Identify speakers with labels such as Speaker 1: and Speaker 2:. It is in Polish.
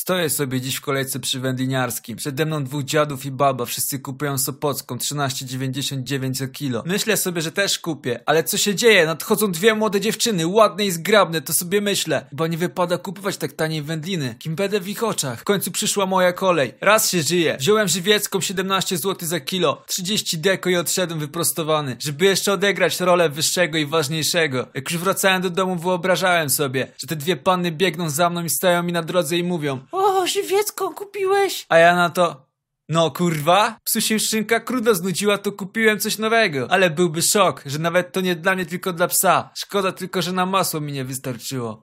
Speaker 1: Stoję sobie dziś w kolejce przy wędliniarskim. Przede mną dwóch dziadów i baba, wszyscy kupują sopocką 13,99 za kilo. Myślę sobie, że też kupię, ale co się dzieje? Nadchodzą dwie młode dziewczyny, ładne i zgrabne, to sobie myślę. Chyba nie wypada kupować tak taniej wędliny. Kim będę w ich oczach? W końcu przyszła moja kolej. Raz się żyje. Wziąłem żywiecką 17 zł za kilo, 30 deko i odszedłem wyprostowany, żeby jeszcze odegrać rolę wyższego i ważniejszego. Jak już wracałem do domu, wyobrażałem sobie, że te dwie panny biegną za mną i stają mi na drodze i mówią: o, żywiecką kupiłeś? A ja na to: no kurwa, psu się szynka kruda znudziła, to kupiłem coś nowego. Ale byłby szok, że nawet to nie dla mnie, tylko dla psa. Szkoda tylko, że na masło mi nie wystarczyło.